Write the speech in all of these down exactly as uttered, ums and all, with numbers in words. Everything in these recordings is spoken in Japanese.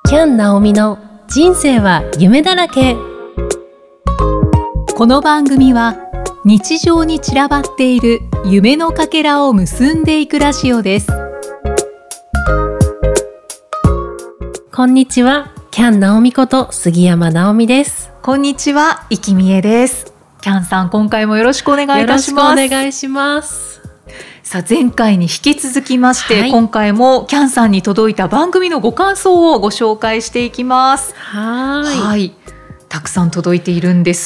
キャン・ナオミの人生は夢だらけ。 この番組は日常に散らばっている夢のかけらを結んでいくラジオです。 こんにちは、キャン・ナオミこと杉山直美です。 こんにちは、生きみえです。キャンさん、今回もよろしくお願いいたします。 よろしくお願いします。 さあ、前回に引き続きまして、 はい、 今回もキャンさんに届いた番組のご感想をご紹介していきます。 はい、 はい、たくさん届いているんです。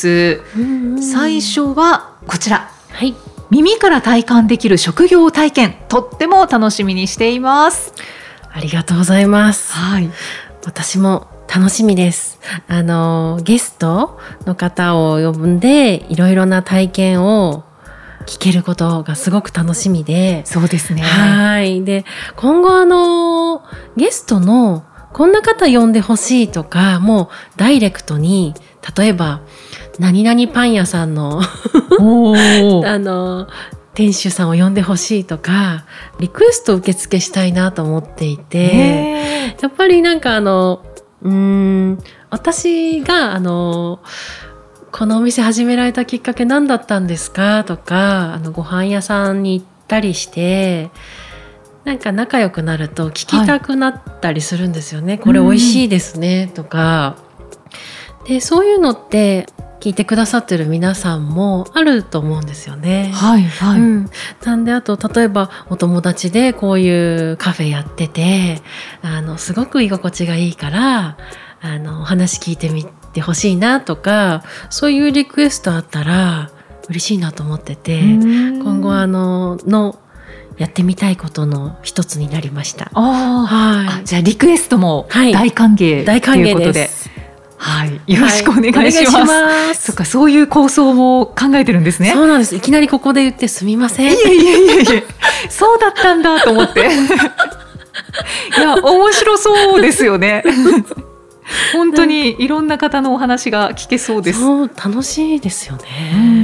うんうん、最初はこちら、 はい、 耳から体感できる職業体験、とっても楽しみにしています。 ありがとうございます。 はい、 私も楽しみです。あのゲストの方を呼んでいろいろな体験を聞けることがすごく楽しみで。 そうですね。 はい。で、今後あのゲストのこんな方呼んでほしいとか、もうダイレクトに、例えば何々パン屋さんのおあの店主さんを呼んでほしいとか、リクエスト受付したいなと思っていて、やっぱりなんかあのうーん私があのこのお店始められたきっかけ何だったんですかとか、あのご飯屋さんに行ったりしてなんか仲良くなると聞きたくなったりするんですよね、はい、これ美味しいですねとかで、そういうのって聞いてくださってる皆さんもあると思うんですよね。 はいはい、うん、 なんであと例えばお友達でこういうカフェやっててあのすごく居心地がいいからあのお話聞いてみてほしいなとか、そういうリクエストあったら嬉しいなと思ってて、今後あののやってみたいことの一つになりました。 あ、はい、あ、じゃあリクエストも大歓迎、 はい、 ということで、はい、よろしくお願いします。はい、お願いします。そっか、そういう構想も考えてるんですね。 そうなんです。いきなりここで言ってすみません。 いえいえいえいえ、そうだったんだと思って。いや、面白そうですよね。本当にいろんな方のお話が聞けそうです。 そう楽しいですよね。 うんうんうん、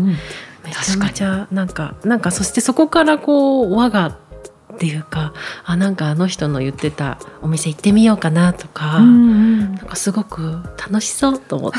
めちゃめちゃなんかなんかそしてそこからこう輪がっていうか、あ、なんかあの人の言ってたお店行ってみようかなとか、うんうん、なんかすごく楽しそうと思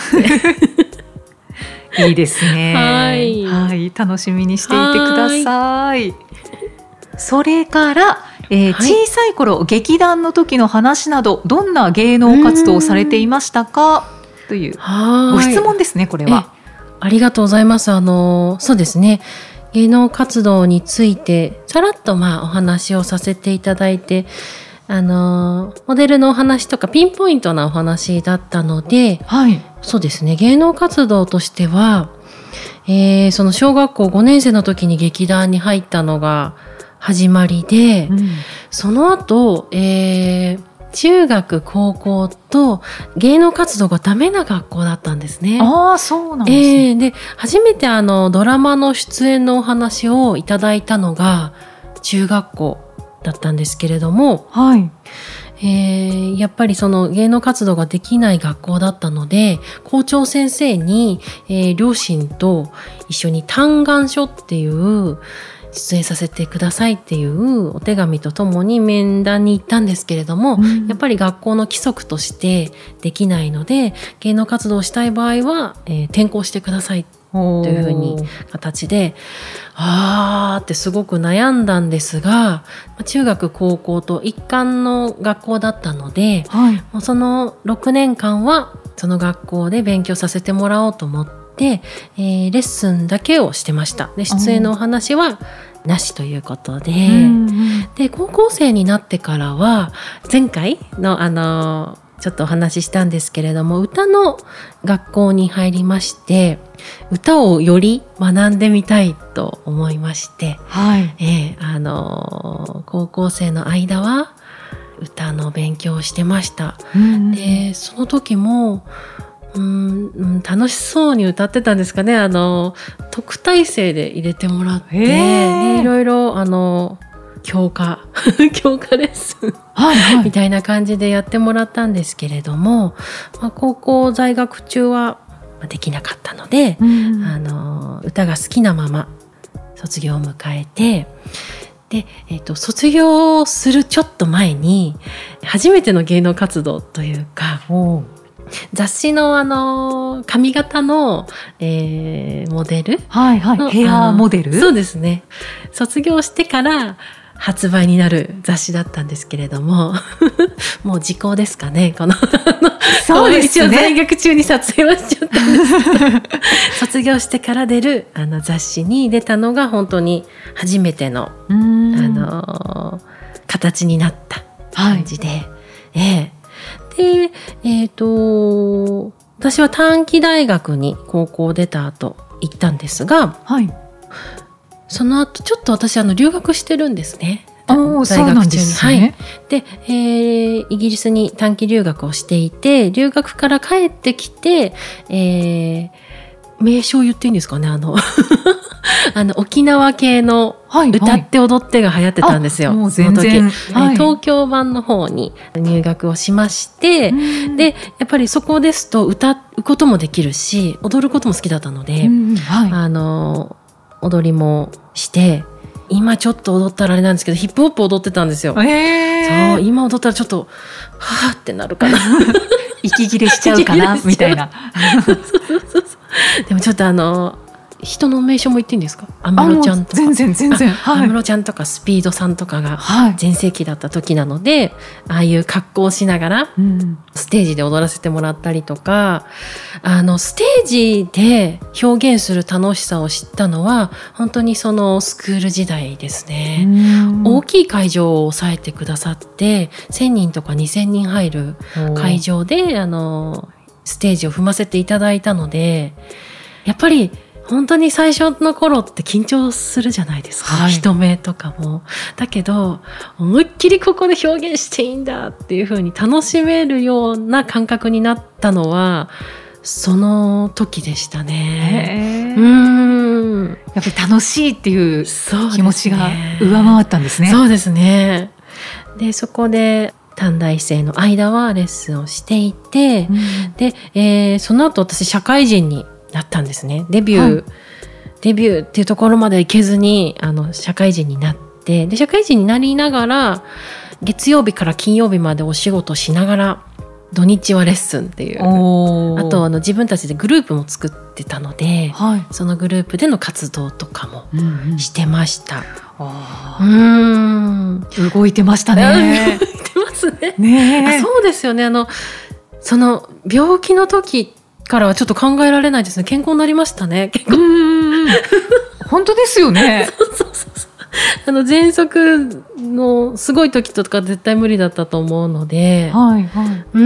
っていいですね。はい、はい、楽しみにしていてください。それからえーはい、小さい頃劇団の時の話などどんな芸能活動をされていましたかというご質問ですね。これはありがとうございます。あのそうですね、芸能活動についてさらっとまあお話をさせていただいて、あのモデルのお話とかピンポイントなお話だったので、 はい、そうですね、芸能活動としては、えー、その小学校ごねん生の時に劇団に入ったのが始まりで、うん、その後、えー、中学高校と芸能活動がダメな学校だったんですね。 ああ、そうなんですね。 えー、で初めてあのドラマの出演のお話をいただいたのが中学校だったんですけれども、 はい、 えー、やっぱりその芸能活動ができない学校だったので、校長先生に、えー、両親と一緒に嘆願書っていう出演させてくださいっていうお手紙とともに面談に行ったんですけれども、うん、やっぱり学校の規則としてできないので、芸能活動をしたい場合は、えー、転校してくださいというふうに形で、あーってすごく悩んだんですが、中学高校と一貫の学校だったので、はい、もうそのろくねんかんはその学校で勉強させてもらおうと思ってで、えー、レッスンだけをしてました。で、出演のお話はなしということで、うんうん、で高校生になってからは前回のあのちょっとお話ししたんですけれども、歌の学校に入りまして、歌をより学んでみたいと思いまして、 はい、 えー、あの高校生の間は歌の勉強をしてました。うんうん、でその時もうーん楽しそうに歌ってたんですかね。あの特待生で入れてもらって、ね、いろいろあの教科教科レッスン、はいはい、みたいな感じでやってもらったんですけれども、まあ、高校在学中はできなかったので、うん、あの歌が好きなまま卒業を迎えて、 で、えーと、卒業するちょっと前に初めての芸能活動というか、雑誌のあの髪型の、えー、モデル、 はいはい、ヘアモデル、 そうですね、卒業してから発売になる雑誌だったんですけれどももう時効ですかね、このそうですね、 一応在学中に撮影はしちゃったんですけど卒業してから出るあの雑誌に出たのが本当に初めての、あの形になった感じで、はい、えー、で、えーと、私は短期大学に高校出た後行ったんですが、はい、その後ちょっと私あの留学してるんですね。 大学中に。そうなんですね。はい。 で、えー、イギリスに短期留学をしていて、留学から帰ってきて、えー、名称言っていいんですかね、あのあの沖縄系の歌って踊ってが流行ってたんですよ。はいはい、もう全然、はい、東京版の方に入学をしまして、でやっぱりそこですと歌うこともできるし踊ることも好きだったので、はい、あの踊りもして、今ちょっと踊ったらあれなんですけどヒップホップ踊ってたんですよ。えー、そう今踊ったらちょっとはぁってなるかな息切れしちゃうかなみたいなそうそうそうそうでもちょっとあの人の名称も言っていいんですか？安室ちゃんとか全然全然安室、はい、ちゃんとかスピードさんとかが全盛期だった時なので、はい、ああいう格好をしながらステージで踊らせてもらったりとか、あのステージで表現する楽しさを知ったのは本当にそのスクール時代ですね。大きい会場を抑えてくださってせんにんとかにせんにん入る会場であのステージを踏ませていただいたので、やっぱり本当に最初の頃って緊張するじゃないですか、はい、人目とかも。だけど思いっきりここで表現していいんだっていう風に楽しめるような感覚になったのはその時でしたね。うーん、 やっぱり楽しいっていう気持ちが上回ったんですね。 そうですね。でそこで短大生の間はレッスンをしていて、うん、で、えー、その後私社会人になったんですね。デビュー、はい、デビューっていうところまで行けずにあの社会人になって、で社会人になりながら月曜日から金曜日までお仕事しながら土日はレッスンっていう、あとあの自分たちでグループも作ってたので、はい、そのグループでの活動とかもしてました。うん、 うーん、動いてましたね。 動いてますね。 ね、 あ、そうですよね。あのその病気の時からはちょっと考えられないですね。健康になりましたね。結構うん本当ですよね。 そうそうそうそう、あの喘息のすごい時とか絶対無理だったと思うので、はいはい、うん、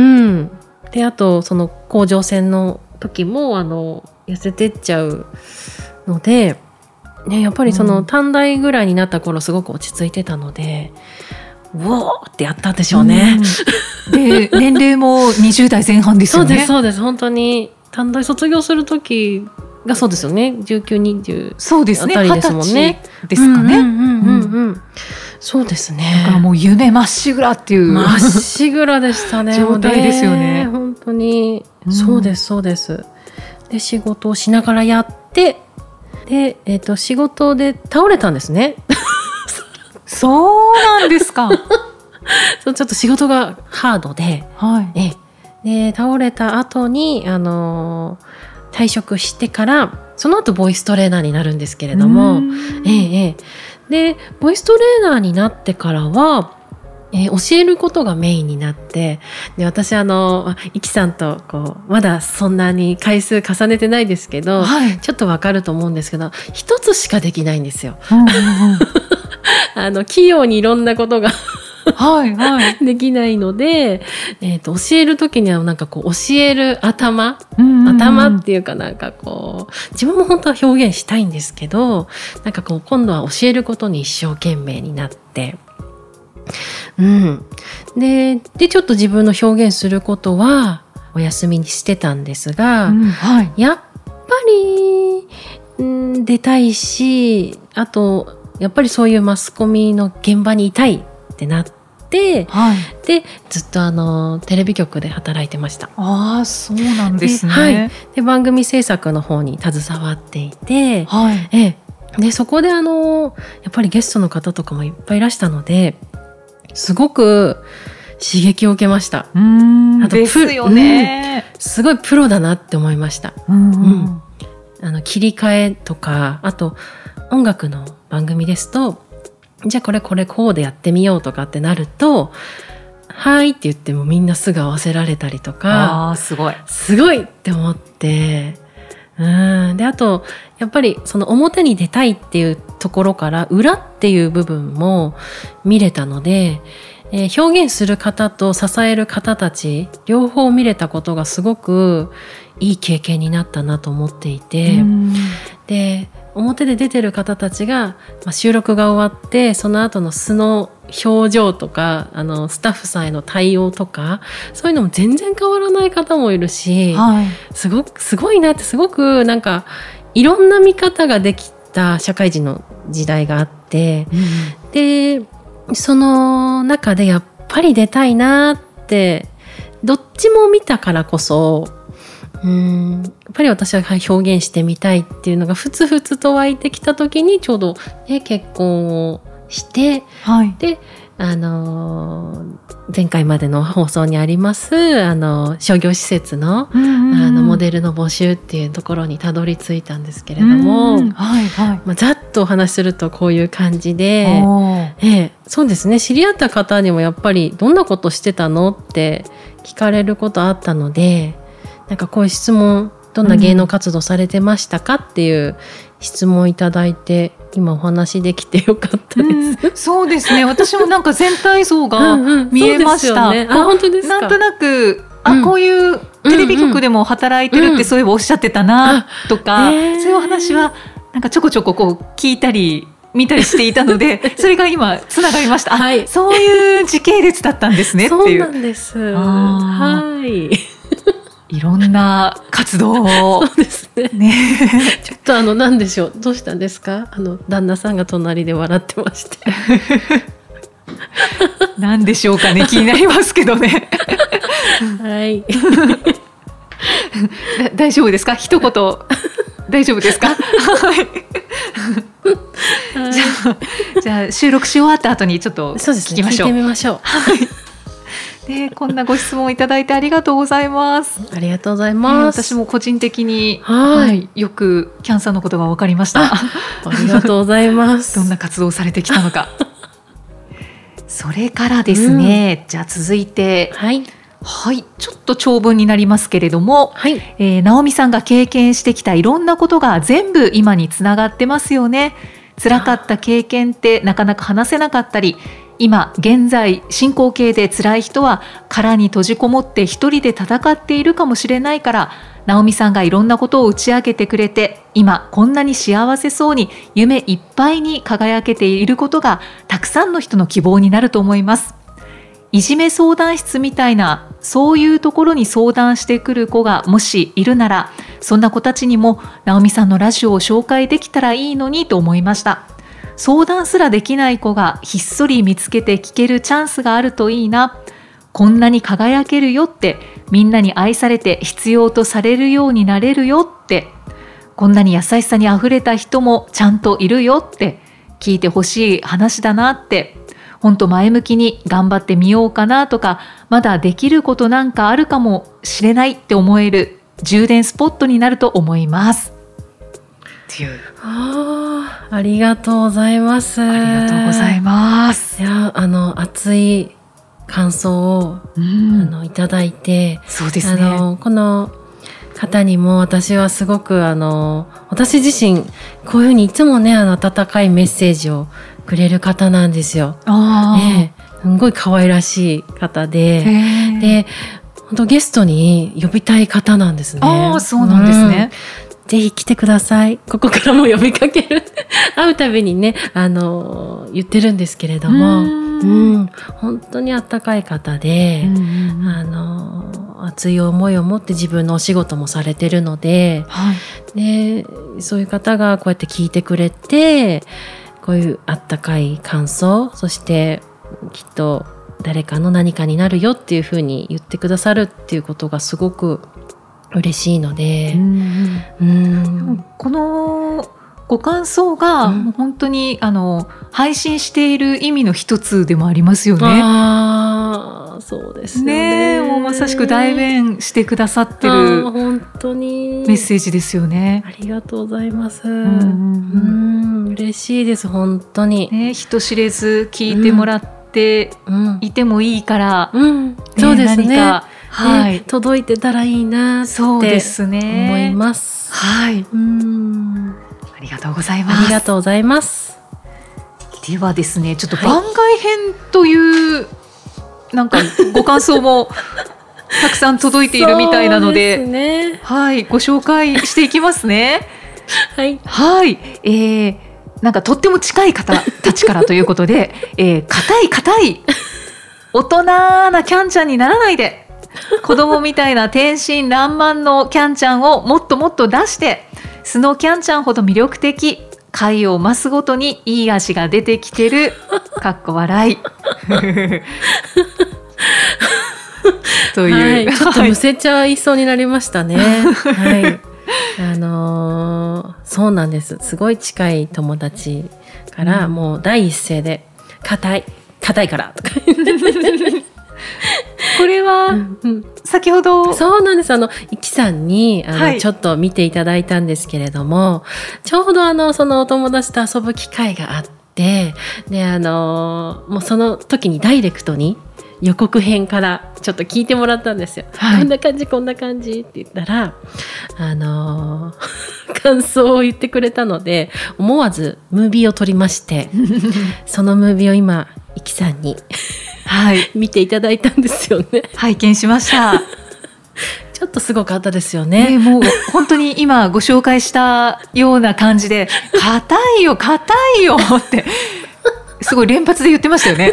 であとその甲状腺の時もあの痩せてっちゃうので、ね、やっぱりその短大ぐらいになった頃すごく落ち着いてたので、うおーってやったんでしょうね。 うん、で年齢もにじゅう代前半ですよね。 そうですそうです。本当に短大卒業する時がそうですよね。じゅうきゅう、にじゅうそうですね。 あたりですもんね。 ですかね。 そうですね。 だからもう夢まっしぐらっていうまっしぐらでしたね。 状態ですよね。 本当に、うん、そうですそうです。で仕事をしながらやって、でえっと仕事で倒れたんですね。 そうなんですか。 そうちょっと仕事がハードで、はい、えで倒れた後にあのー、退職してからその後ボイストレーナーになるんですけれども、ええでボイストレーナーになってからは、えー、教えることがメインになって、で私あのイキさんとこうまだそんなに回数重ねてないですけど、はい、ちょっとわかると思うんですけど一つしかできないんですよ。うんうんうんあの器用にいろんなことがはいはい、できないので、えーと、教える時にはなんかこう教える頭、うんうんうん、頭っていうかなんかこう自分も本当は表現したいんですけど、なんかこう今度は教えることに一生懸命になって、うん、で, でちょっと自分の表現することはお休みにしてたんですが、うんはい、やっぱり、うん、出たいし、あとやっぱりそういうマスコミの現場にいたいってなって、はい、でずっとあのテレビ局で働いてました。 ああ、そうなんですね。 で、はい、で番組制作の方に携わっていて、はい、えでそこであのやっぱりゲストの方とかもいっぱいいらしたのですごく刺激を受けました。 うーんあとですよね、 うん、すごいプロだなって思いました。 うんうんうん、あの切り替えとか、あと音楽の番組ですと、じゃあこれこれこうでやってみようとかってなると、はいって言ってもみんなすぐ合わせられたりとか、 あーすごいすごいって思って、うん、であとやっぱりその表に出たいっていうところから裏っていう部分も見れたので、えー、表現する方と支える方たち両方見れたことがすごくいい経験になったなと思っていて、で表で出てる方たちが、まあ、収録が終わってその後の素の表情とか、あのスタッフさんへの対応とか、そういうのも全然変わらない方もいるし、 はい、 すごくすごいなって、すごくなんかいろんな見方ができた社会人の時代があって、うん、でその中でやっぱり出たいなってどっちも見たからこそ、うーんやっぱり私は表現してみたいっていうのがふつふつと湧いてきた時にちょうど、ね、結婚をして、 はい、 であの前回までの放送にありますあの商業施設 の,、うんうんうん、あのモデルの募集っていうところにたどり着いたんですけれども、 うんはいはいまあ、ざっとお話しするとこういう感じで、ええ、そうですね、知り合った方にもやっぱりどんなことしてたのって聞かれることあったので、なんかこういう質問、どんな芸能活動されてましたかっていう質問いただいて、今お話できてよかったです、 うん、そうですね、私もなんか全体像が見えました。 うんうん、ね、あ、本当ですか。 なんとなく、あ、うん、こういうテレビ局でも働いてるってそういえばおっしゃってたなとか、うんうん、そういうお話はなんかちょこちょここう聞いたり見たりしていたのでそれが今つながりました、はい、そういう時系列だったんですねっていう。 そうなんです。はいいろんな活動をそうですね。ねちょっとあの何でしょう、どうしたんですか。あの旦那さんが隣で笑ってまして何でしょうかね、気になりますけどねはい大丈夫ですか、一言大丈夫ですかはいじゃあ、じゃあ収録し終わった後にちょっと聞きましょう。 そうですね、聞いてみましょう。 はいでこんなご質問いただいてありがとうございます。 ありがとうございます。 私も個人的に、 はい、 はい、よくキャンサーのことが分かりました。 あ, ありがとうございますどんな活動をされてきたのかそれからですね、うん、じゃあ続いて、 はいはい、ちょっと長文になりますけれども、 はい、 えー、直美さんが経験してきたいろんなことが全部今につながってますよね。辛かった経験ってなかなか話せなかったり、今現在進行形で辛い人は殻に閉じこもって一人で戦っているかもしれないから、直美さんがいろんなことを打ち明けてくれて、今こんなに幸せそうに夢いっぱいに輝けていることがたくさんの人の希望になると思います。いじめ相談室みたいなそういうところに相談してくる子がもしいるなら、そんな子たちにも直美さんのラジオを紹介できたらいいのにと思いました。相談すらできない子がひっそり見つけて聞けるチャンスがあるといいな。こんなに輝けるよって、みんなに愛されて必要とされるようになれるよって、こんなに優しさにあふれた人もちゃんといるよって聞いてほしい話だなって、本当前向きに頑張ってみようかなとか、まだできることなんかあるかもしれないって思える充電スポットになると思いますっていう。 あ, ありがとうございます。 ありがとうございます。 いや、あの熱い感想を、うん、あのいただいて、 そうですね、 あのこの方にも私はすごくあの私自身こういうふうにいつもね、あの温かいメッセージをくれる方なんですよ。 あ、 ね、すごい可愛らしい方で、で本当ゲストに呼びたい方なんですね。 あ、そうなんですね、 うん、ぜひ来てください。ここからも呼びかける会うたびにね、あの言ってるんですけれども、うんうん、本当にあったかい方で、うんうん、あの熱い思いを持って自分のお仕事もされてるので、 はい、 でそういう方がこうやって聞いてくれて、こういうあったかい感想、そしてきっと誰かの何かになるよっていうふうに言ってくださるっていうことがすごく嬉しいので、 うんうん、このご感想がもう本当に、うん、あの配信している意味の一つでもありますよね。 あ、そうですよ ね, ねもうまさしく代弁してくださってる本当にメッセージですよね。 ありがとうございます。うん、 うん、 嬉しいです本当に、 ね、人知れず聞いてもらっていてもいいから、 うんうんね、そうですね、 何か、はい、 届いてたらいいなって思います。 はい、 うん、 ありがとうございます。 ありがとうございます。 ではですね、ちょっと番外編という、はい、なんかご感想もたくさん届いているみたいなので、 そうですね、 はい、ご紹介していきますね。 はい、 はい、えー、なんかとっても近い方たちからということで、えー、硬い硬い大人なキャンちゃんにならないで、子供みたいな天真爛漫のキャンちゃんをもっともっと出して、素のキャンちゃんほど魅力的、回を増すごとにいい味が出てきてるかっこ笑いという、 はい、ちょっとむせちゃいそうになりましたね。はい、あのー、そうなんです。すごい近い友達から、うん、もう第一声で硬い硬いからとかこれは、うんうん、先ほどそうなんです。あのいきさんにあの、はい、ちょっと見ていただいたんですけれども、ちょうどあのそのお友達と遊ぶ機会があって、であのもうその時にダイレクトに予告編からちょっと聞いてもらったんですよ。はい、こんな感じこんな感じって言ったら、あのー、感想を言ってくれたので、思わずムービーを撮りましてそのムービーを今いきさんにはい、見ていただいたんですよね。 拝見しましたちょっとすごかったですよね。 ね、もう本当に今ご紹介したような感じで硬いよ硬いよってすごい連発で言ってましたよね。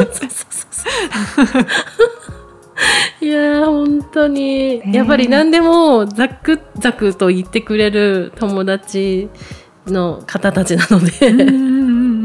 いや本当にやっぱり何でもザクザクと言ってくれる友達の方たちなのでうんうん、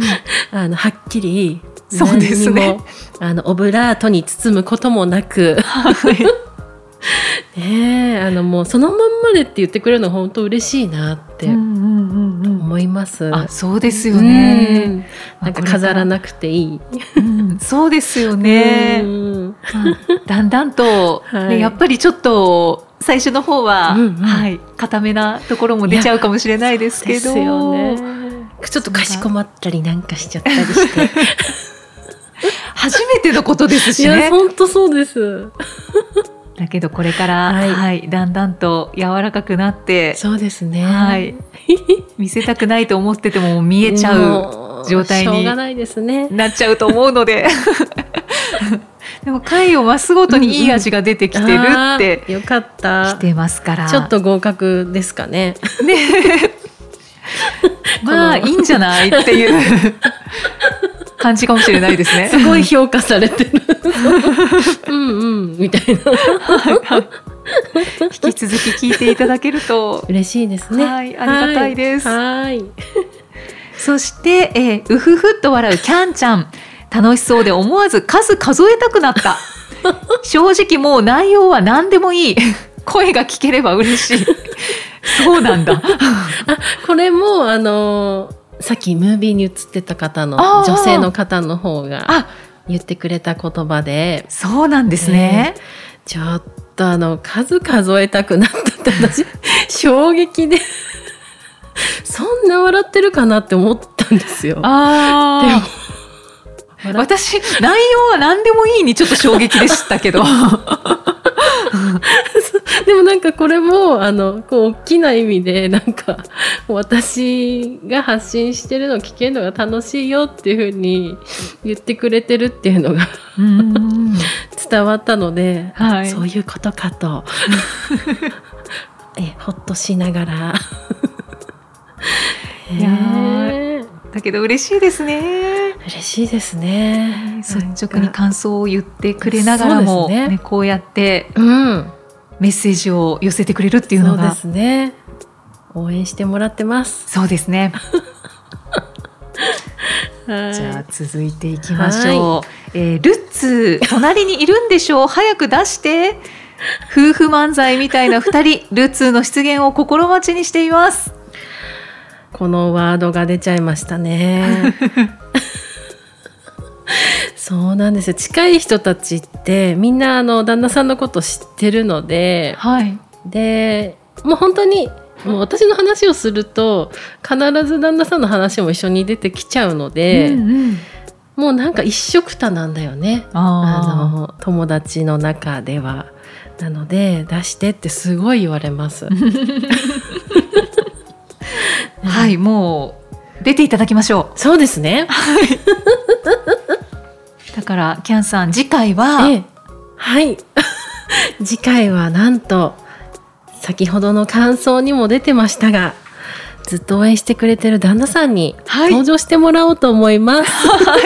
あのはっきりそうですね、 あのオブラートに包むこともなく、はいね、あのもうそのまんまでって言ってくれるのは本当嬉しいなって思います。 うんうんうんうん、あ、そうですよね、うん、 なんか飾らなくていい、 うん、そうですよね、うんだんだんと、ね、はい、やっぱりちょっと最初の方は、うんうん、はい、固めなところも出ちゃうかもしれないですけど、 ですよね、ちょっとかしこまったりなんかしちゃったりして初めてのことですしね。 いや本当そうですだけどこれから、はいはい、だんだんと柔らかくなって、 そうですね、 はい、見せたくないと思ってても見えちゃう状態になっちゃうと思うのででも回を増すごとにいい味が出てきてるって、 うんうん、よかった来てますから、 ちょっと合格ですかね。 ねまあいいんじゃないっていう感じかもしれないですね。 すごい評価されてるうんうんみたいな引き続き聞いていただけると嬉しいですね。 はい、ありがたいです。 はい、 そして、えー、うふふっと笑うキャンちゃん、楽しそうで思わず数数えたくなった正直もう内容は何でもいい声が聞ければ嬉しいそうなんだあ、これもあのー、さっきムービーに映ってた方の女性の方の方が言ってくれた言葉で、 そうなんですね、 えー、ちょっとあの数数えたくなったって私衝撃でそんな笑ってるかなって思ったんですよ。 あでも私内容は何でもいいにちょっと衝撃でしたけどでもなんかこれもあのこう大きな意味でなんか私が発信してるのを聞けるのが楽しいよっていう風に言ってくれてるっていうのがうん伝わったので、はい、そういうことかとえほっとしながらいやだけど嬉しいですね。 嬉しいですね。 率直に感想を言ってくれながらも、ねね、こうやってメッセージを寄せてくれるっていうのが、 そうですね、応援してもらってます。 そうですねはい、じゃあ続いていきましょう、えー、ルッツ隣にいるんでしょう早く出して夫婦漫才みたいなふたりルッツの出現を心待ちにしています。 このワードが出ちゃいましたね。そうなんですよ。近い人たちってみんなあの旦那さんのこと知ってるので、 はい、 でもう本当にもう私の話をすると必ず旦那さんの話も一緒に出てきちゃうので、うんうん、もうなんか一緒くたなんだよね、ああの友達の中では。なので出してってすごい言われます。 はい、もう出ていただきましょう。 そうですね。 だからキャンさん次回は、ええ、 はい次回はなんと先ほどの感想にも出てましたが、ずっと応援してくれてる旦那さんに登場してもらおうと思います。はい、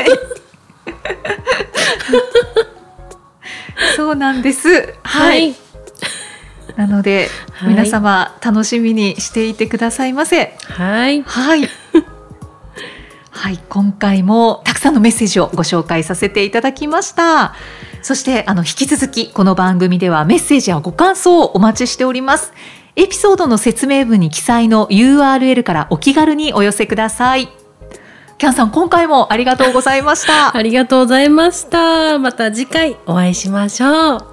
そうなんです。はい。はい、なので、はい、皆様楽しみにしていてくださいませ。 はい。 はい。はい、今回もたくさんのメッセージをご紹介させていただきました。そしてあの引き続きこの番組ではメッセージやご感想をお待ちしております。エピソードの説明文に記載の ユーアールエル からお気軽にお寄せください。キャンさん、今回もありがとうございました。 ありがとうございました。また次回お会いしましょう。